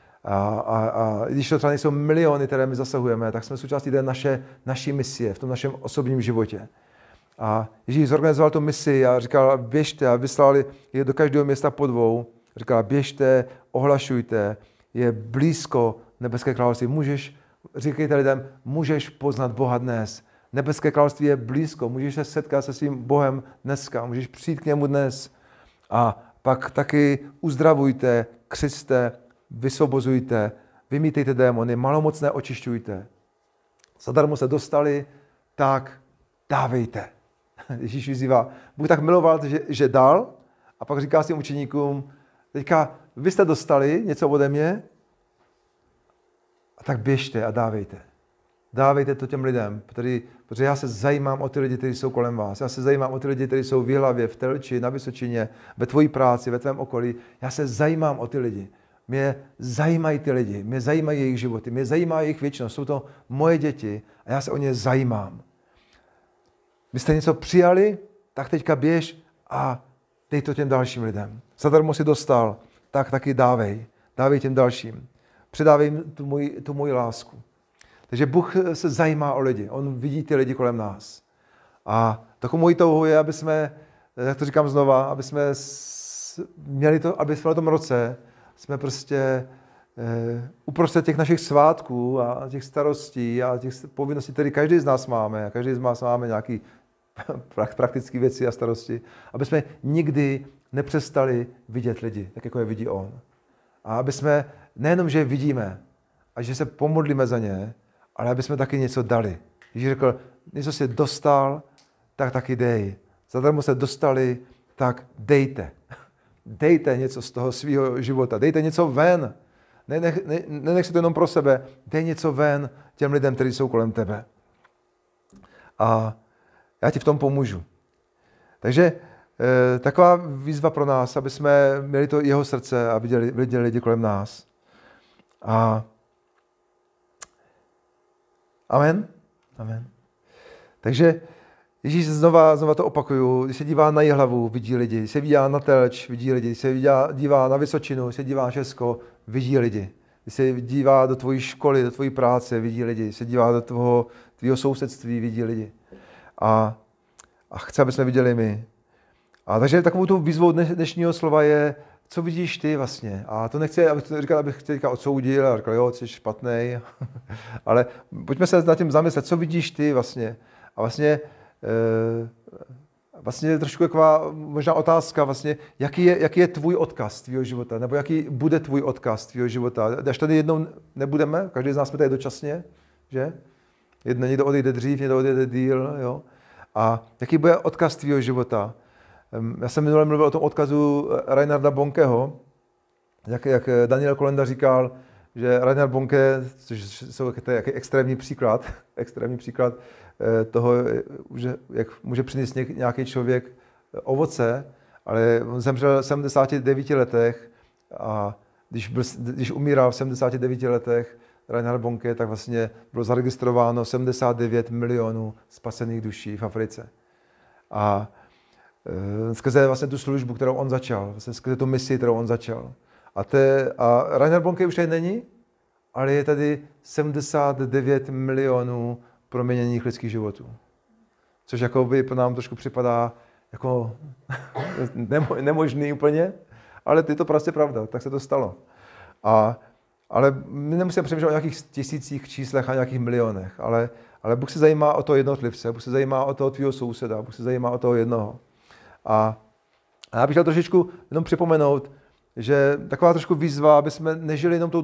A když to třeba nejsou miliony, které my zasahujeme, tak jsme součástí té naší misie v tom našem osobním životě. A Ježíš zorganizoval tu misi a říkal, běžte a vyslali je do každého města po 2. Říkal, běžte, ohlašujte, je blízko nebeské království. Říkejte lidem, můžeš poznat Boha dnes. Nebeské království je blízko, můžeš se setkat se svým Bohem dneska, můžeš přijít k němu dnes. A pak taky uzdravujte, křiste, vysvobozujte, vymítejte démony, malomocné očišťujte. Zadarmo se dostali, tak dávejte. Ježíš vyzývá, Bůh tak miloval, že dal a pak říká svým učeníkům, teďka vy jste dostali něco ode mě, a tak běžte a dávejte. Dávejte to těm lidem, protože já se zajímám o ty lidi, kteří jsou kolem vás. Já se zajímám o ty lidi, kteří jsou v Jihlavě, v Telči, na Vysočině, ve tvojí práci, ve tvém okolí. Já se zajímám o ty lidi. Mě zajímají ty lidi, mě zajímají jejich životy, mě zajímá jejich věčnost. Jsou to moje děti a já se o ně zajímám. Vy jste něco přijali, tak teďka běž a dej to těm dalším lidem. Zadarmo si dostal, tak taky dávej. Dávej těm dalším. Předávej jim tu moji lásku. Takže Bůh se zajímá o lidi. On vidí ty lidi kolem nás. A takovou mojí touhou je, aby jsme, jak to říkám znova, aby jsme měli to, aby jsme v tom roce jsme prostě uprostřed těch našich svátků a těch starostí a těch povinností, které každý z nás máme, a každý z nás máme nějaké praktické věci a starosti, aby jsme nikdy nepřestali vidět lidi, tak jako je vidí on. A aby jsme nejenom, že je vidíme, a že se pomodlíme za ně, ale aby jsme taky něco dali. Ježíš řekl, něco si dostal, tak taky dej. Zadarmo se dostali, tak dejte. Dejte něco z toho svého života. Dejte něco ven. Nenech si to jenom pro sebe. Dej něco ven těm lidem, kteří jsou kolem tebe. A já ti v tom pomůžu. Takže taková výzva pro nás, aby jsme měli to jeho srdce a viděli lidi kolem nás. A amen. Amen. Takže Ježíš znova to opakuju, když se dívá na Jihlavu, vidí lidi, když se dívá na Telč, vidí lidi, když se dívá na Vysočinu, když se dívá na Česko, vidí lidi. Když se dívá do tvojí školy, do tvojí práce, vidí lidi. Když se dívá do tvého sousedství, vidí lidi. A chce, aby jsme viděli my. A takže takovou tou výzvou dnešního slova je, co vidíš ty vlastně. A to nechci, abych tě teďka odsoudil a říkal, jo, jsi špatnej. Ale pojďme se nad tím zamyslet, co vidíš ty vlastně. A vlastně trošku taková možná otázka, vlastně, jaký je tvůj odkaz tvýho života, nebo jaký bude tvůj odkaz tvýho života. Až tady jednou nebudeme, každý z nás jsme tady dočasně, že? Někdo odejde dřív, někdo odejde díl, jo? A jaký bude odkaz tvýho života? Já jsem minule mluvil o tom odkazu Reinharda Bonkeho, jak Daniel Kolenda říkal, že Reinhard Bonke, což je extrémní příklad toho, že jak může přinést nějaký člověk ovoce, ale on zemřel v 79 letech a když umíral v 79 letech Reinhard Bonke, tak vlastně bylo zaregistrováno 79 milionů spasených duší v Africe. A skrze vlastně tu službu, kterou on začal, vlastně skrze tu misi, kterou on začal. A Reinhard Bonke už tady není, ale je tady 79 milionů proměněných lidských životů. Což jakoby pro nám trošku připadá jako nemožný úplně, ale je to prostě pravda, tak se to stalo. Ale my nemusíme přemýšlet o nějakých tisících číslech a nějakých milionech, ale Bůh se zajímá o toho jednotlivce, Bůh se zajímá o toho tvýho souseda, Bůh se zajímá o toho jednoho. A já bych chtěl trošičku jenom připomenout, že taková trošku výzva, aby jsme nežili jenom tou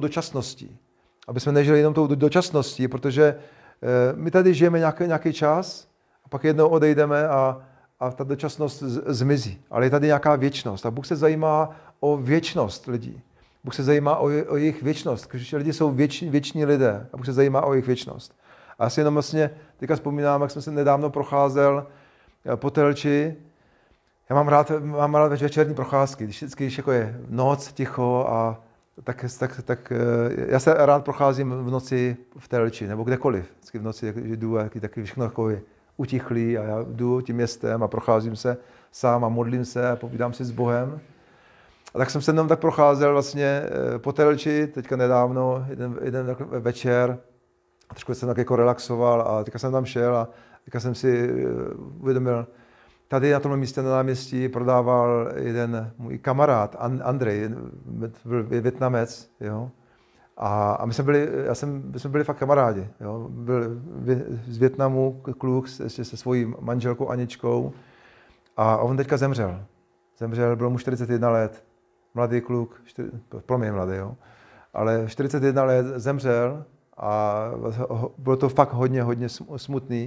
dočasností. Protože my tady žijeme nějaký čas a pak jednou odejdeme a ta dočasnost zmizí. Ale je tady nějaká věčnost a Bůh se zajímá o věčnost lidí. Bůh se zajímá o jejich věčnost, protože lidi jsou věční lidé a Bůh se zajímá o jejich věčnost. A já si jenom vlastně teďka vzpomínám, jak jsem se nedávno procházel po Telči. Já mám rád večerní procházky, když jako je noc, ticho a tak já se rád procházím v noci v Telči nebo kdekoliv. Vždycky v noci jdu a taky všechno takový utichlý a já jdu tím městem a procházím se sám a modlím se a povídám si s Bohem. A tak jsem se jenom tak procházel vlastně po Telči, teďka nedávno, jeden večer, a trošku jsem tak jako relaxoval a teďka jsem tam šel a teďka jsem si uvědomil, tady na tomhle místě na náměstí prodával jeden můj kamarád, Andrej, byl Vietnamec, jo. A my jsme byli fakt kamarádi, jo. Byl z Vietnamu kluk se svojí manželkou Aničkou a on teďka zemřel. Bylo mu 41 let, mladý kluk, pro mě mladý, jo. Ale 41 let zemřel a bylo to fakt hodně smutný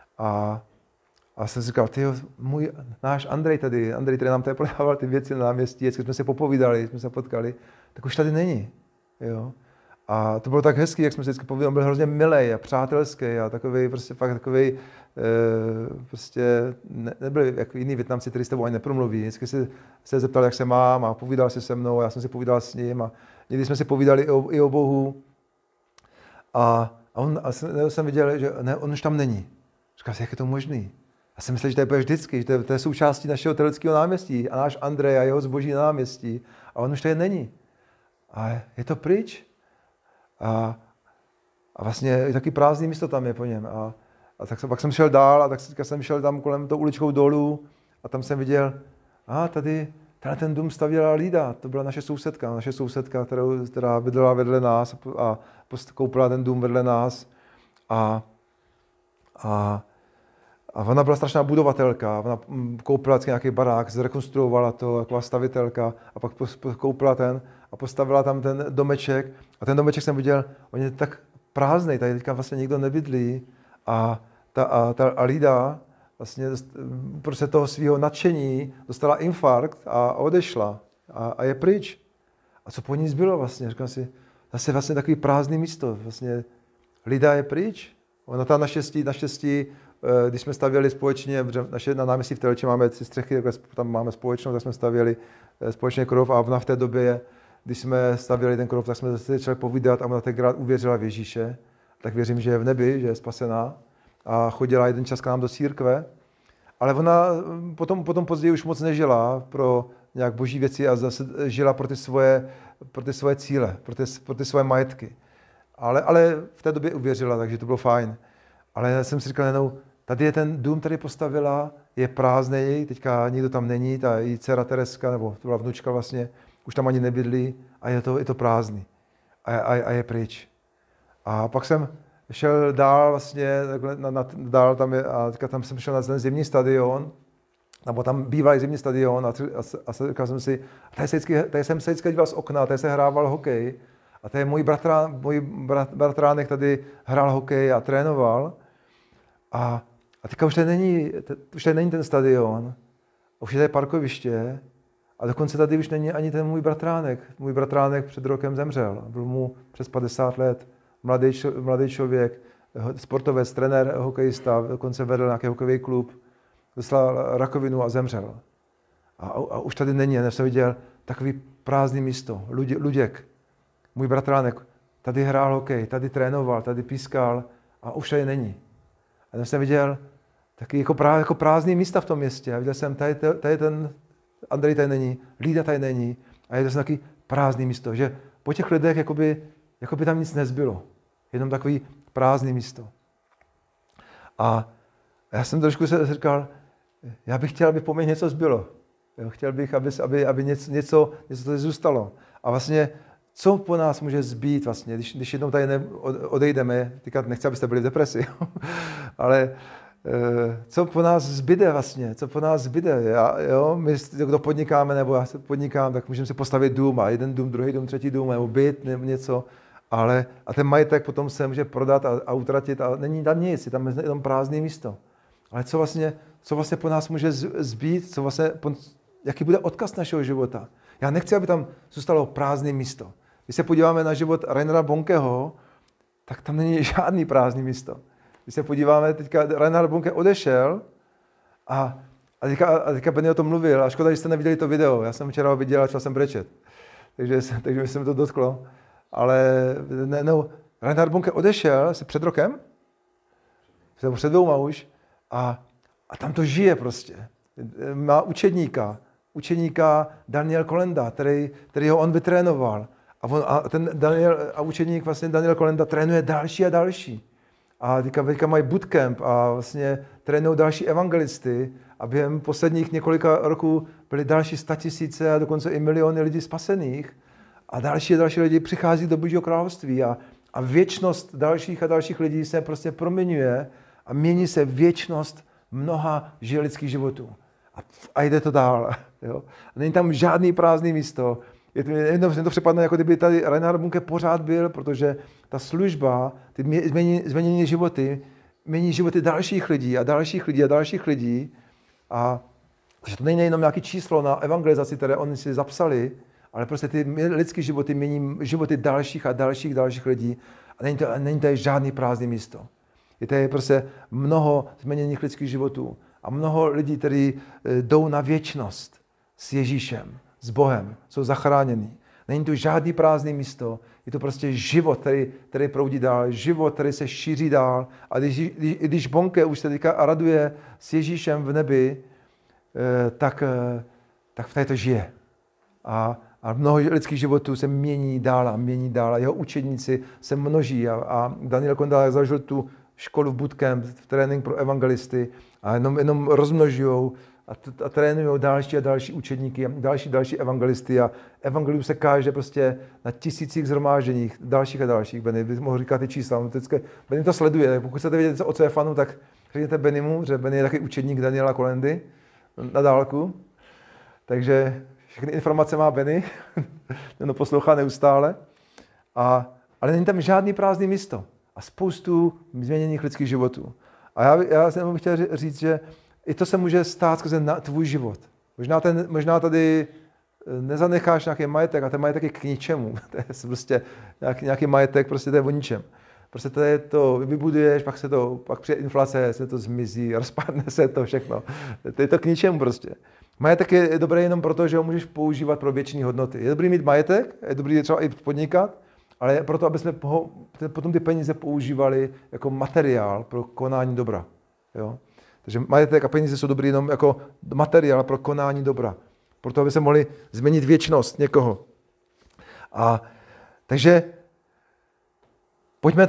a jsem si říkal, náš Andrej, který nám tady prodával ty věci na náměstí, vždycky jsme se popovídali, jsme se potkali, tak už tady není. Jo? A to bylo tak hezký, jak jsme se vždycky povídali, on byl hrozně milej a přátelský a takovej, prostě fakt takovej, prostě nebyli jako jiní Vietnamci, kteří s tebou ani nepromluví. Vždycky se zeptal, jak se mám a povídal si se mnou, já jsem si povídal s ním a někdy jsme si povídali i o Bohu. A jsem viděl, že ne, on už tam není. Říkal si, jak je to možný? Já jsem myslel, že to je vždycky, že to je součástí našeho Teleckého náměstí a náš Andrej a jeho zboží na náměstí. A on už tady není. A je to pryč. A vlastně je taky prázdný místo tam je po něm. A pak jsem šel dál a tak jsem šel tam kolem tou uličkou dolů a tam jsem viděl, tady ten dům stavěla Lída, to byla naše sousedka, která bydlela vedle nás a koupila ten dům vedle nás. A ona byla strašná budovatelka, ona koupila nějaký barák, zrekonstruovala to, jako stavitelka a pak koupila a postavila tam ten domeček. A ten domeček jsem viděl, on je tak prázdnej, tady teďka vlastně nikdo nebydlí a Alida vlastně prostě toho svého nadšení dostala infarkt a odešla a je pryč. A co po ní zbylo vlastně? Říkám si, zase vlastně takový prázdný místo. Vlastně Lida je pryč. Ona tam naštěstí, když jsme stavěli společně, na náměstí v Teleči máme 3 střechy, tam máme společnou, tak jsme stavěli společně krov a ona v té době, když jsme stavěli ten krov, tak jsme se začali povídat a ona tenkrát uvěřila v Ježíše. Tak věřím, že je v nebi, že je spasená a chodila jeden čas k nám do církve. Ale ona potom později už moc nežila pro nějak boží věci a zase žila pro ty svoje cíle, pro ty svoje majetky. Ale v té době uvěřila, takže to bylo fajn. Ale já jsem si říkal jenom, tady je ten dům, který postavila, je prázdnej, teďka nikdo tam není, ta její dcera Tereska, nebo to byla vnučka vlastně, už tam ani nebydlí a je to prázdný. A je pryč. A pak jsem šel dál vlastně, dál tam je, a teďka tam jsem šel na ten zimní stadion, nebo tam bývalý zimní stadion a říkal jsem si, tady jsem se vždycky díval z okna, tady se hrával hokej a tady můj bratránek tady hrál hokej a trénoval a teďka už tady není ten stadion, už je tady parkoviště a dokonce tady už není ani ten můj bratránek. Můj bratránek před rokem zemřel, byl mu přes 50 let, mladý člověk, sportovec, trenér, hokejista, dokonce vedl nějaký hokejový klub, dostal rakovinu a zemřel. A už tady není, já jsem viděl takový prázdný místo, Luděk, můj bratránek, tady hrál hokej, tady trénoval, tady pískal a už tady není. A já jsem viděl taky jako prázdný místa v tom městě. A viděl jsem, tady ten Andrej tady není, Lída tady není a je to taky prázdný místo, že po těch lidech jakoby tam nic nezbylo. Jenom takový prázdný místo. A já jsem trošku se říkal, já bych chtěl, aby po mně něco zbylo. Chtěl bych, aby něco tady zůstalo. A vlastně, co po nás může zbýt vlastně, když jednou tady odejdeme, teďka nechci, abyste byli v depresi, ale co po nás zbyde vlastně, my, kdo podnikáme, nebo já se podnikám, tak můžeme si postavit dům a jeden dům, druhý dům, třetí dům, nebo byt, nebo něco, a ten majetek potom se může prodat a utratit a není tam nic, je tam prázdné místo. Ale co vlastně po nás může zbýt, jaký bude odkaz našeho života. Já nechci, aby tam zůstalo prázdné místo. Když se podíváme na život Reinharda Bonkeho, tak tam není žádný prázdný místo. Když se podíváme, teďka Reinhard Bonke odešel a teďka Benny o tom mluvil a škoda, že jste neviděli to video. Já jsem včera ho viděl a začal jsem brečet. Takže se mi to dotklo. Ale Reinhard Bonke odešel asi před rokem, před 2 už, a tam to žije prostě. Má učedníka Daniel Kolenda, který ho on vytrénoval. A učedník vlastně Daniel Kolenda trénuje další a další. A teďka mají bootcamp a vlastně trénují další evangelisty a během posledních několika roků byly další 100 000 a dokonce i miliony lidí spasených a další lidi přichází do Božího království a věčnost dalších a dalších lidí se prostě proměňuje a mění se věčnost mnoha lidských životů. A jde to dál. Jo? A není tam žádný prázdný místo. Mně to připadne, jako kdyby tady Reinhard Bonke pořád byl, protože ta služba, ty změnění životy, mění životy dalších lidí a dalších lidí a dalších lidí. A že to není jenom nějaké číslo na evangelizaci, které oni si zapsali, ale prostě ty lidské životy mění životy dalších a dalších lidí. A není to žádný prázdný místo. Je to prostě mnoho změněných lidských životů a mnoho lidí, kteří jdou na věčnost s Ježíšem, s Bohem, jsou zachráněni. Není tu žádný prázdný místo, je to prostě život, který proudí dál, život, který se šíří dál. A když Bonke už se teďka raduje s Ježíšem v nebi, tak v to žije. A mnoho lidských životů se mění dál a jeho učedníci se množí. A Daniel Kolenda zažil tu školu v bootcamp, v trénink pro evangelisty a jenom rozmnožujou a trénují další a další učedníky, další evangelisty a evangelium se káže prostě na tisících shromážděních, dalších a dalších. Benny, bych mohl říkat ty čísla, Benny to sleduje, pokud chcete vědět o co je fanu, tak řekněte Bennymu, že Benny je taky učedník Daniela Kolendy na dálku. Takže všechny informace má Benny, ten poslouchá neustále. Ale není tam žádný prázdný místo. a spoustu změněných lidských životů. A já jsem chtěl říct, že i to se může stát skrze tvůj život. Možná tady nezanecháš nějaký majetek a ten majetek je k ničemu. To je prostě nějaký majetek, prostě to je o ničem. Prostě to vybuduješ, pak přijde inflace, se to zmizí, rozpadne se to všechno. To je to k ničemu prostě. Majetek je dobrý jenom proto, že ho můžeš používat pro věčné hodnoty. Je dobrý mít majetek, je dobrý třeba i podnikat, ale je proto, aby jsme potom ty peníze používali jako materiál pro konání dobra. Jo? Takže majetek a peníze jsou dobrý jenom jako materiál pro konání dobra. Proto, aby se mohli změnit věčnost někoho. Takže pojďme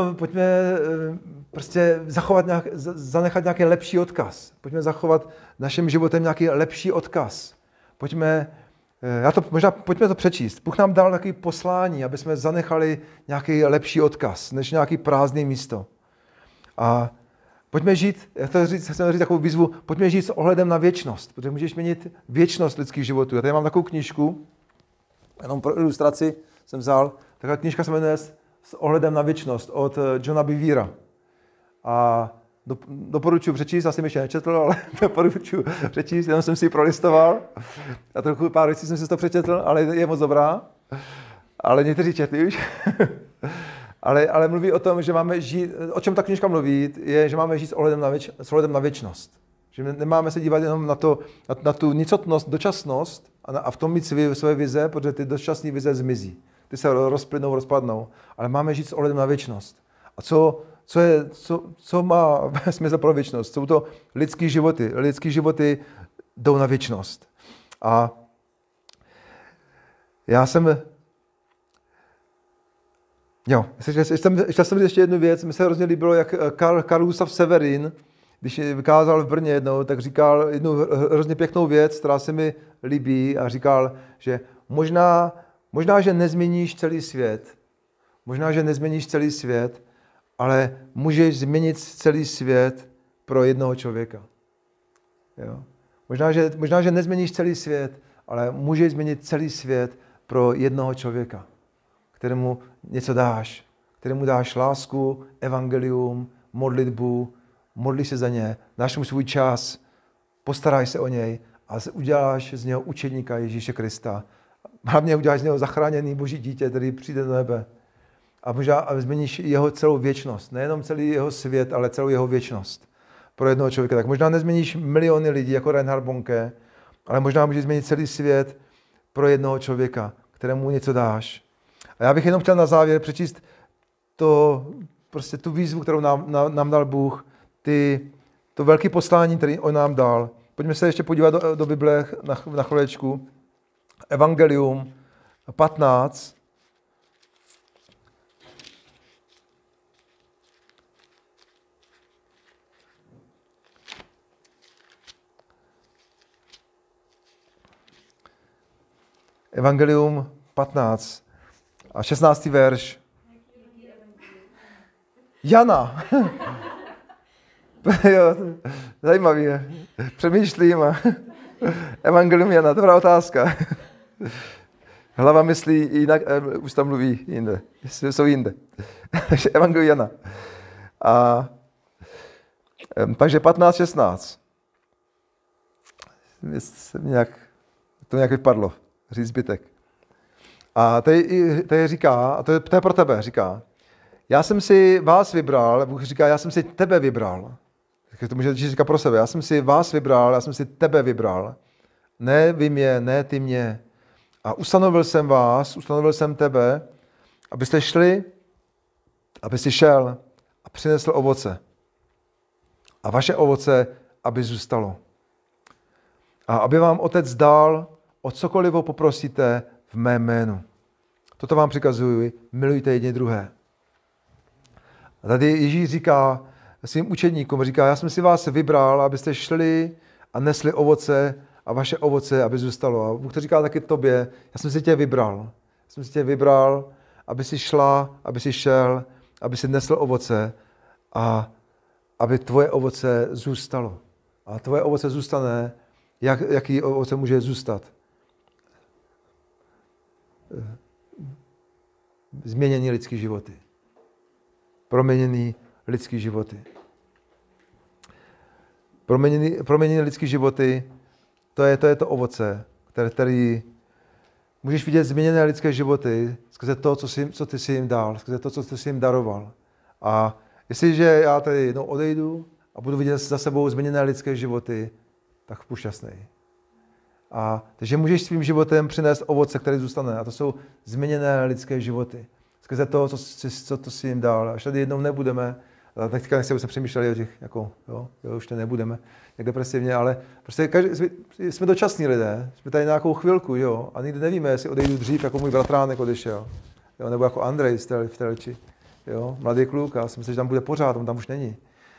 prostě zanechat nějaký lepší odkaz. Pojďme zachovat naším životem nějaký lepší odkaz. Pojďme to přečíst. Bůh nám dal takový poslání, aby jsme zanechali nějaký lepší odkaz, než nějaký prázdný místo. A pojďme žít, chceme říct takovou výzvu, pojďme žít s ohledem na věčnost, protože můžeš měnit věčnost lidských životů. Já tady mám takovou knížku, jenom pro ilustraci jsem vzal, taková knížka se jmenuje S ohledem na věčnost od Johna Beveera. A doporučuji přečíst, asi mi ještě nečetl, ale doporučuji přečíst, jenom jsem si ji prolistoval. A trochu pár věcí jsem si to přečetl, ale je moc dobrá. Ale někteří četli už. ale mluví o tom, že máme žít, o čem ta knížka mluví, je, že máme žít s ohledem na věčnost. Že nemáme se dívat jenom na tu nicotnost, dočasnost a v tom mít své vize, protože ty dočasné vize zmizí. Ty se rozplynou, rozpadnou, ale máme žít s ohledem na věčnost. A co má smysl pro věčnost? Jsou to lidský životy. Lidský životy jdou na věčnost. A já jsem... chtěl jsem říct ještě jednu věc. Mi se hrozně líbilo, jak Karl Gustav Severin, když vykázal v Brně jednou, tak říkal jednu hrozně pěknou věc, která se mi líbí, a říkal, že možná, že nezměníš celý svět, ale můžeš změnit celý svět pro jednoho člověka. Jo? Možná, že nezměníš celý svět, ale můžeš změnit celý svět pro jednoho člověka, kterému něco dáš, kterému dáš lásku, evangelium, modlitbu, modlíš se za ně, dáš mu svůj čas, postaráš se o něj a uděláš z něho učedníka Ježíše Krista. Hlavně uděláš z něho zachráněný Boží dítě, který přijde do nebe. A možná změníš jeho celou věčnost. Nejenom celý jeho svět, ale celou jeho věčnost pro jednoho člověka. Tak možná nezměníš miliony lidí jako Reinhard Bonke, ale možná můžeš změnit celý svět pro jednoho člověka, kterému něco dáš. A já bych jenom chtěl na závěr přečíst tu výzvu, kterou nám dal Bůh, to velké poslání, které on nám dal. Pojďme se ještě podívat do Bible na chvilečku. Evangelium 15. Evangelium 15 a 16. verš. Jana. Jo, zajímavý je. Přemýšlím. Evangelium Jana, dobrá otázka. Hlava myslí jinak, už tam mluví jinde. Jsou jinde. Takže Evangelium Jana. Takže 15-16. To nějak vypadlo. Říct zbytek. A tady říká, a to je pro tebe, říká, já jsem si vás vybral, Bůh říká, já jsem si tebe vybral. To může říkat pro sebe, já jsem si vás vybral, já jsem si tebe vybral. Ne vy mě, ne ty mě. A ustanovil jsem tebe, abyste šli, aby si šel a přinesl ovoce. A vaše ovoce, aby zůstalo. A aby vám Otec dal, o cokoliv ho poprosíte v mém jménu. Toto vám přikazuji, milujte jedni druhé. A tady Ježíš říká svým učedníkům, říká, já jsem si vás vybral, abyste šli a nesli ovoce a vaše ovoce, aby zůstalo. A Bůh to říká taky tobě, já jsem si tě vybral. Já jsem si tě vybral, aby si šla, aby si šel, aby si nesl ovoce a aby tvoje ovoce zůstalo. A tvoje ovoce zůstane, jaký ovoce může zůstat? Změnění lidský životy. proměněný lidský životy. Proměněný lidský životy, to je to ovoce, který můžeš vidět změněné lidské životy skrze to, co ty jsi jim dal, skrze to, co ty jsi jim daroval. A jestliže já tady jednou odejdu a budu vidět za sebou změněné lidské životy, tak budu šťastný. Takže můžeš svým životem přinést ovoce, které zůstane. A to jsou změněné lidské životy. Skrze to, co jsi jim dal. Až tady jednou nebudeme, a teďka nechci, aby jsme přemýšleli o těch, už to nebudeme, jak depresivně, ale prostě jsme dočasní lidé, jsme tady nějakou chvilku, jo, a nikdy nevíme, jestli odejdu dřív, jako můj bratránek odešel, jo, nebo jako Andrej v Telči, jo, mladý kluk, a si myslím, že tam bude pořád, on tam už není.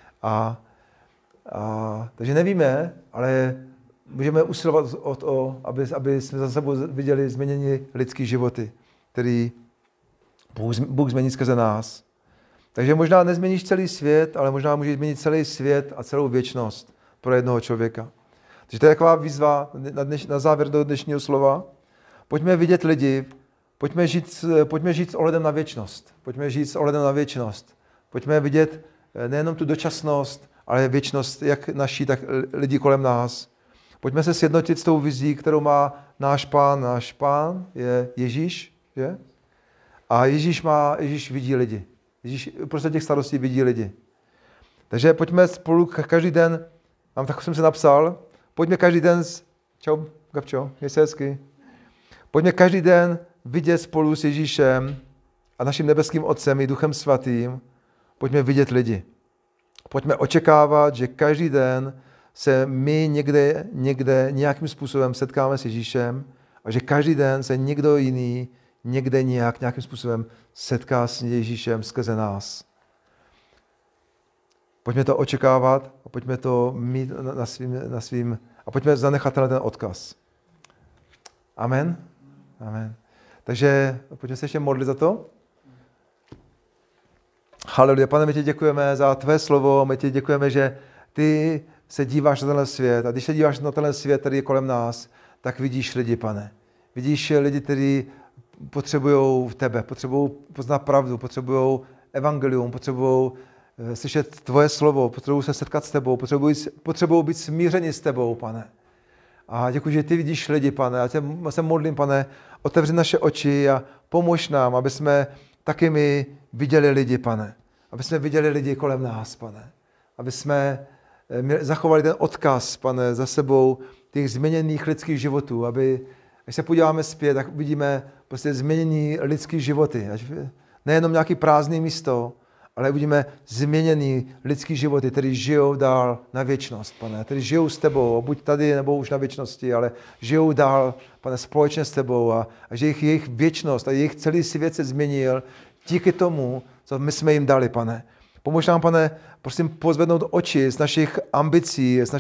Takže nevíme, ale můžeme usilovat o to, aby jsme za sebou viděli změnění lidský životy, který Bůh změní skrze nás. Takže možná nezměníš celý svět, ale možná můžeš změnit celý svět a celou věčnost pro jednoho člověka. Takže to je taková výzva na závěr do dnešního slova. Pojďme vidět lidi, pojďme žít s ohledem na věčnost. Pojďme žít s ohledem na věčnost. Pojďme vidět nejenom tu dočasnost, ale věčnost jak naší, tak lidí kolem nás. Pojďme se sjednotit s tou vizí, kterou má náš Pán. Náš Pán je Ježíš, že? A Ježíš vidí lidi. Ježíš prostě těch starostí vidí lidi. Takže pojďme spolu každý den, tak jsem se napsal, pojďme každý den, čau Gabčo, měj se hezky. Pojďme každý den vidět spolu s Ježíšem a naším nebeským Otcem i Duchem Svatým, pojďme vidět lidi. Pojďme očekávat, že každý den se my někde nějakým způsobem setkáme s Ježíšem a že každý den se někdo jiný někde nějakým způsobem setká s Ježíšem skrze nás. Pojďme to očekávat a pojďme to mít na svým a pojďme zanechat ten odkaz. Amen. Amen. Takže pojďme se ještě modlit za to. Haleluja. Pane, my ti děkujeme za tvé slovo, my ti děkujeme, že ty se díváš na tenhle svět a když se díváš na tenhle svět, který je kolem nás, tak vidíš lidi, Pane. Vidíš lidi, kteří potřebují tebe, potřebují poznat pravdu, potřebují evangelium, potřebují slyšet tvoje slovo, potřebují se setkat s tebou, potřebují být smířeni s tebou, Pane. A děkuji, že ty vidíš lidi, Pane. Já se modlím, Pane, otevři naše oči a pomož nám, aby jsme taky my viděli lidi, Pane. Aby jsme viděli lidi kolem nás, Pane. Aby jsme zachovali ten odkaz, Pane, za sebou těch změněných lidských životů, až se podíváme zpět, tak vidíme prostě změněný lidský životy. Nejenom nějaký prázdný místo, ale vidíme změněný lidský životy, který žijou dál na věčnost, Pane. Který žijou s tebou, buď tady, nebo už na věčnosti, ale žijou dál, Pane, společně s tebou a že jejich věčnost a jejich celý svět se změnil díky tomu, co my jsme jim dali, Pane. Pomož nám, Pane, prosím, pozvednout oči z našich ambicí, z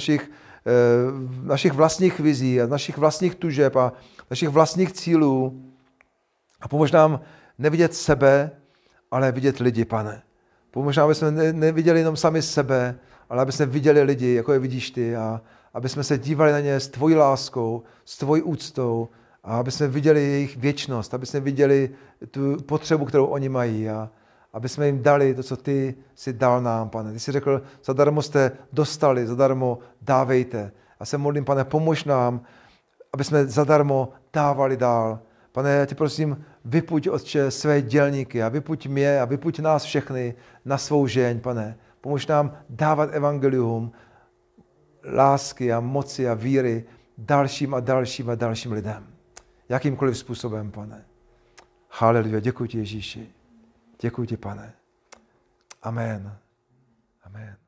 našich vlastních vizí a z našich vlastních tužeb a našich vlastních cílů. A pomož nám nevidět sebe, ale vidět lidi, Pane. Pomož nám, aby jsme neviděli jenom sami sebe, ale aby jsme viděli lidi, jako je vidíš ty, a aby jsme se dívali na ně s tvojí láskou, s tvojí úctou, a aby jsme viděli jejich věčnost, aby jsme viděli tu potřebu, kterou oni mají, a aby jsme jim dali to, co ty si dal nám, Pane. Ty jsi řekl, zadarmo jste dostali, zadarmo dávejte. A se modlím, Pane, pomož nám, aby jsme zadarmo dávali dál. Pane, já tě prosím, vypuď, Otče, své dělníky a vypuď mě a vypuď nás všechny na svou žeň, Pane. Pomož nám dávat evangelium, lásky a moci a víry dalším a dalším a dalším lidem. Jakýmkoliv způsobem, Pane. Haleluja, děkuji ti, Ježíši. Děkuji ti, Pane. Amen. Amen.